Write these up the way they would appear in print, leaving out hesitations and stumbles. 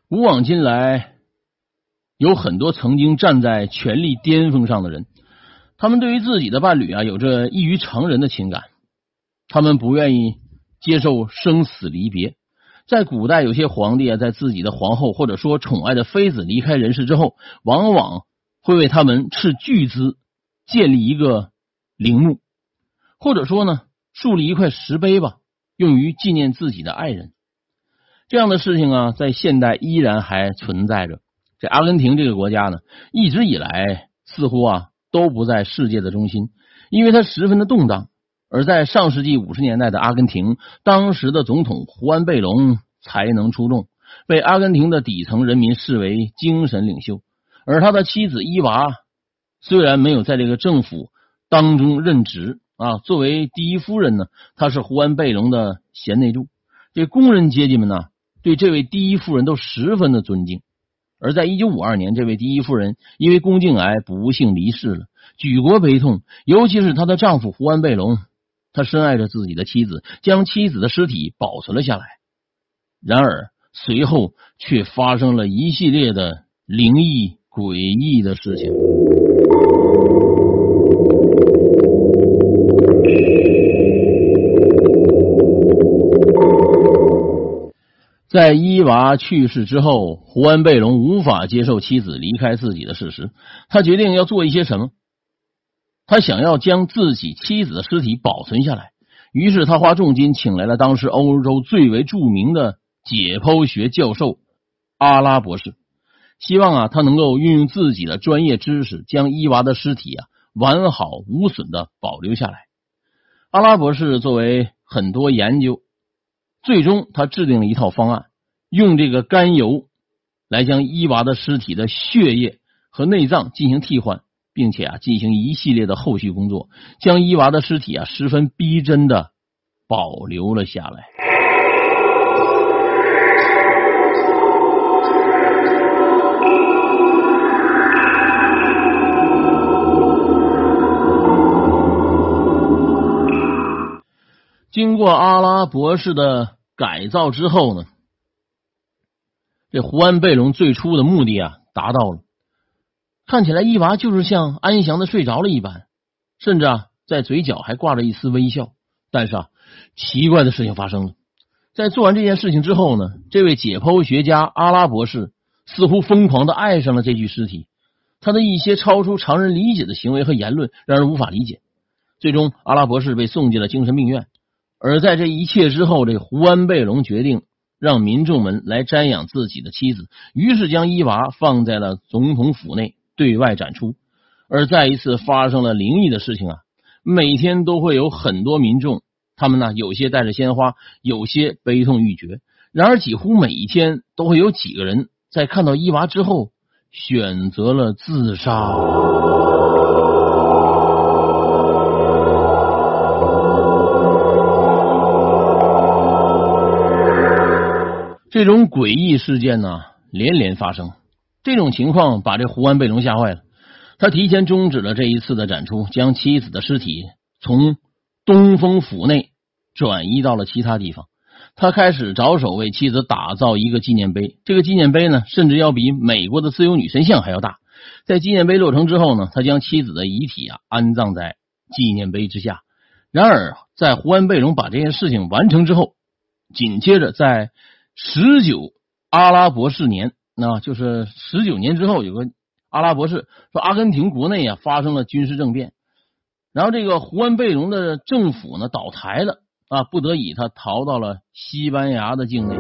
古往今来，有很多曾经站在权力巅峰上的人，他们对于自己的伴侣有着异于常人的情感，他们不愿意接受生死离别。在古代，有些皇帝在自己的皇后或者说宠爱的妃子离开人世之后，往往会为他们斥巨资建立一个陵墓，或者说呢，树立一块石碑吧，用于纪念自己的爱人。这样的事情在现代依然还存在着。这阿根廷这个国家呢，一直以来似乎都不在世界的中心，因为它十分的动荡。而在上世纪50年代的阿根廷，当时的总统胡安贝隆才能出众，被阿根廷的底层人民视为精神领袖。而他的妻子伊娃虽然没有在这个政府当中任职作为第一夫人呢，她是胡安贝隆的贤内助。这工人阶级们呢，对这位第一夫人都十分的尊敬。而在1952年，这位第一夫人因为宫颈癌不幸离世了，举国悲痛，尤其是她的丈夫胡安贝隆，他深爱着自己的妻子，将妻子的尸体保存了下来。然而随后却发生了一系列的灵异诡异的事情。在伊娃去世之后，胡安贝隆无法接受妻子离开自己的事实，他决定要做一些什么。他想要将自己妻子的尸体保存下来，于是他花重金请来了当时欧洲最为著名的解剖学教授阿拉博士，希望他能够运用自己的专业知识，将伊娃的尸体完好无损的保留下来。阿拉博士作为很多研究，最终他制定了一套方案，用这个甘油来将伊娃的尸体的血液和内脏进行替换，并且进行一系列的后续工作，将伊娃的尸体十分逼真的保留了下来。经过阿拉博士的改造之后呢，这胡安贝隆最初的目的达到了。看起来伊娃就是像安详的睡着了一般，甚至在嘴角还挂着一丝微笑。但是奇怪的事情发生了。在做完这件事情之后呢，这位解剖学家阿拉博士似乎疯狂的爱上了这具尸体，他的一些超出常人理解的行为和言论让人无法理解。最终阿拉博士被送进了精神病院。而在这一切之后，这胡安贝隆决定让民众们来瞻仰自己的妻子，于是将伊娃放在了总统府内对外展出。而再一次发生了灵异的事情每天都会有很多民众，他们有些带着鲜花，有些悲痛欲绝。然而几乎每一天都会有几个人在看到伊娃之后选择了自杀。这种诡异事件连连发生，这种情况把这胡安贝隆吓坏了。他提前终止了这一次的展出，将妻子的尸体从东风府内转移到了其他地方。他开始着手为妻子打造一个纪念碑，这个纪念碑呢，甚至要比美国的自由女神像还要大。在纪念碑落成之后呢，他将妻子的遗体安葬在纪念碑之下。然而在胡安贝隆把这件事情完成之后，紧接着在19阿拉伯士年，那就是19年之后，有个阿拉伯士说阿根廷国内发生了军事政变，然后这个胡安贝隆的政府呢倒台了不得已他逃到了西班牙的境内。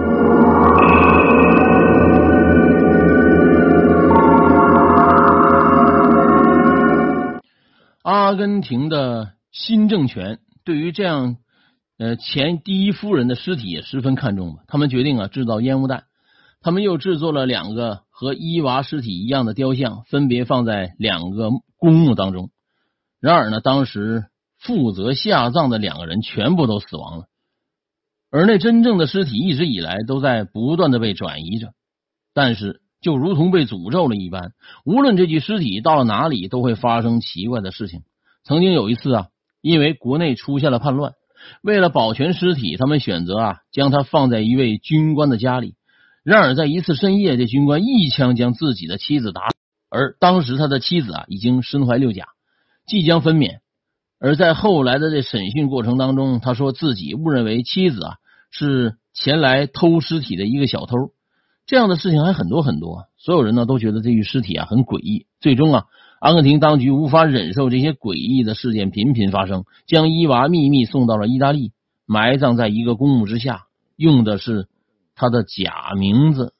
阿根廷的新政权对于这样前第一夫人的尸体也十分看重，他们决定制造烟雾弹。他们又制作了2个和伊娃尸体一样的雕像，分别放在2个公墓当中。然而呢，当时负责下葬的2个人全部都死亡了，而那真正的尸体一直以来都在不断的被转移着。但是就如同被诅咒了一般，无论这具尸体到了哪里都会发生奇怪的事情。曾经有一次因为国内出现了叛乱，为了保全尸体，他们选择将它放在一位军官的家里。 然而在一次深夜，这军官一枪将自己的妻子打死，而当时他的妻子已经身怀6甲，即将分娩。而在后来的这审讯过程当中，他说自己误认为妻子是前来偷尸体的一个小偷。这样的事情还很多很多，所有人呢都觉得这具尸体很诡异。最终阿根廷当局无法忍受这些诡异的事件频频发生，将伊娃秘密送到了意大利，埋葬在一个公墓之下，用的是他的假名字。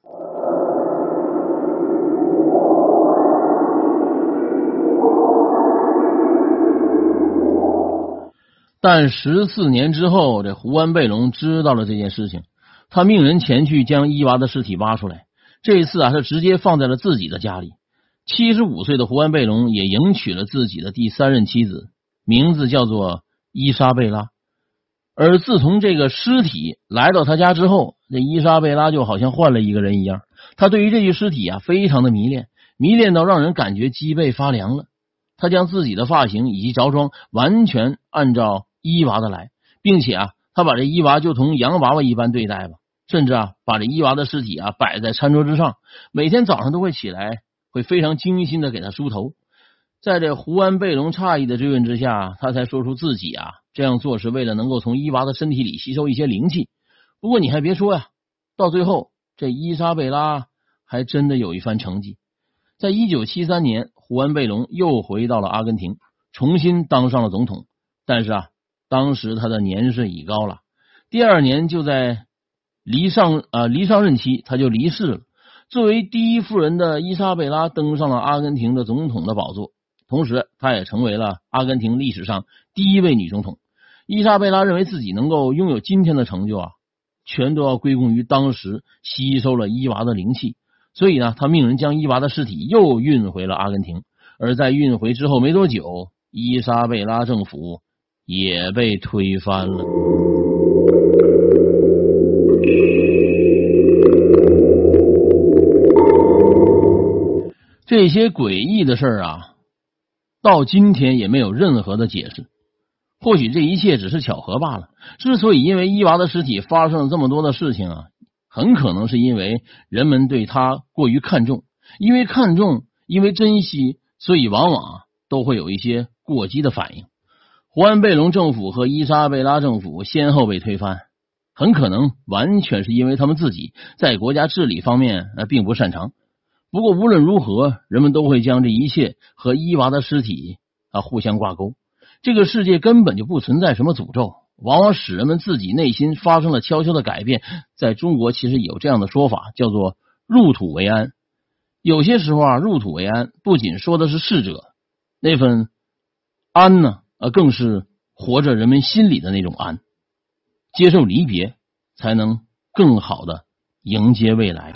但14年之后，这胡安贝隆知道了这件事情，他命人前去将伊娃的尸体挖出来。这一次他直接放在了自己的家里。75岁的胡安贝隆也迎娶了自己的第3任妻子，名字叫做伊莎贝拉。而自从这个尸体来到他家之后，这伊莎贝拉就好像换了一个人一样，他对于这具尸体非常的迷恋到让人感觉脊背发凉了。他将自己的发型以及着装完全按照伊娃的来，并且他把这伊娃就同洋娃娃一般对待吧，甚至把这伊娃的尸体摆在餐桌之上，每天早上都会起来，会非常精心的给他梳头。在这胡安贝隆诧异的追问之下，他才说出自己这样做是为了能够从伊娃的身体里吸收一些灵气。不过你还别说到最后这伊莎贝拉还真的有一番成绩。在1973年，胡安贝隆又回到了阿根廷，重新当上了总统。但是当时他的年岁已高了，第2年就在离上任期他就离世了。作为第一夫人的伊莎贝拉登上了阿根廷的总统的宝座，同时她也成为了阿根廷历史上第一位女总统。伊莎贝拉认为自己能够拥有今天的成就全都要归功于当时吸收了伊娃的灵气，所以呢，他命人将伊娃的尸体又运回了阿根廷。而在运回之后没多久，伊莎贝拉政府也被推翻了。这些诡异的事到今天也没有任何的解释。或许这一切只是巧合罢了。之所以因为伊娃的尸体发生了这么多的事情很可能是因为人们对他过于看重，因为看重，因为珍惜，所以往往都会有一些过激的反应。胡安贝隆政府和伊莎贝拉政府先后被推翻，很可能完全是因为他们自己在国家治理方面并不擅长。不过无论如何，人们都会将这一切和伊娃的尸体互相挂钩。这个世界根本就不存在什么诅咒，往往使人们自己内心发生了悄悄的改变。在中国其实有这样的说法，叫做入土为安。有些时候入土为安不仅说的是逝者，那份安呢更是活着人们心里的那种安。接受离别，才能更好的迎接未来。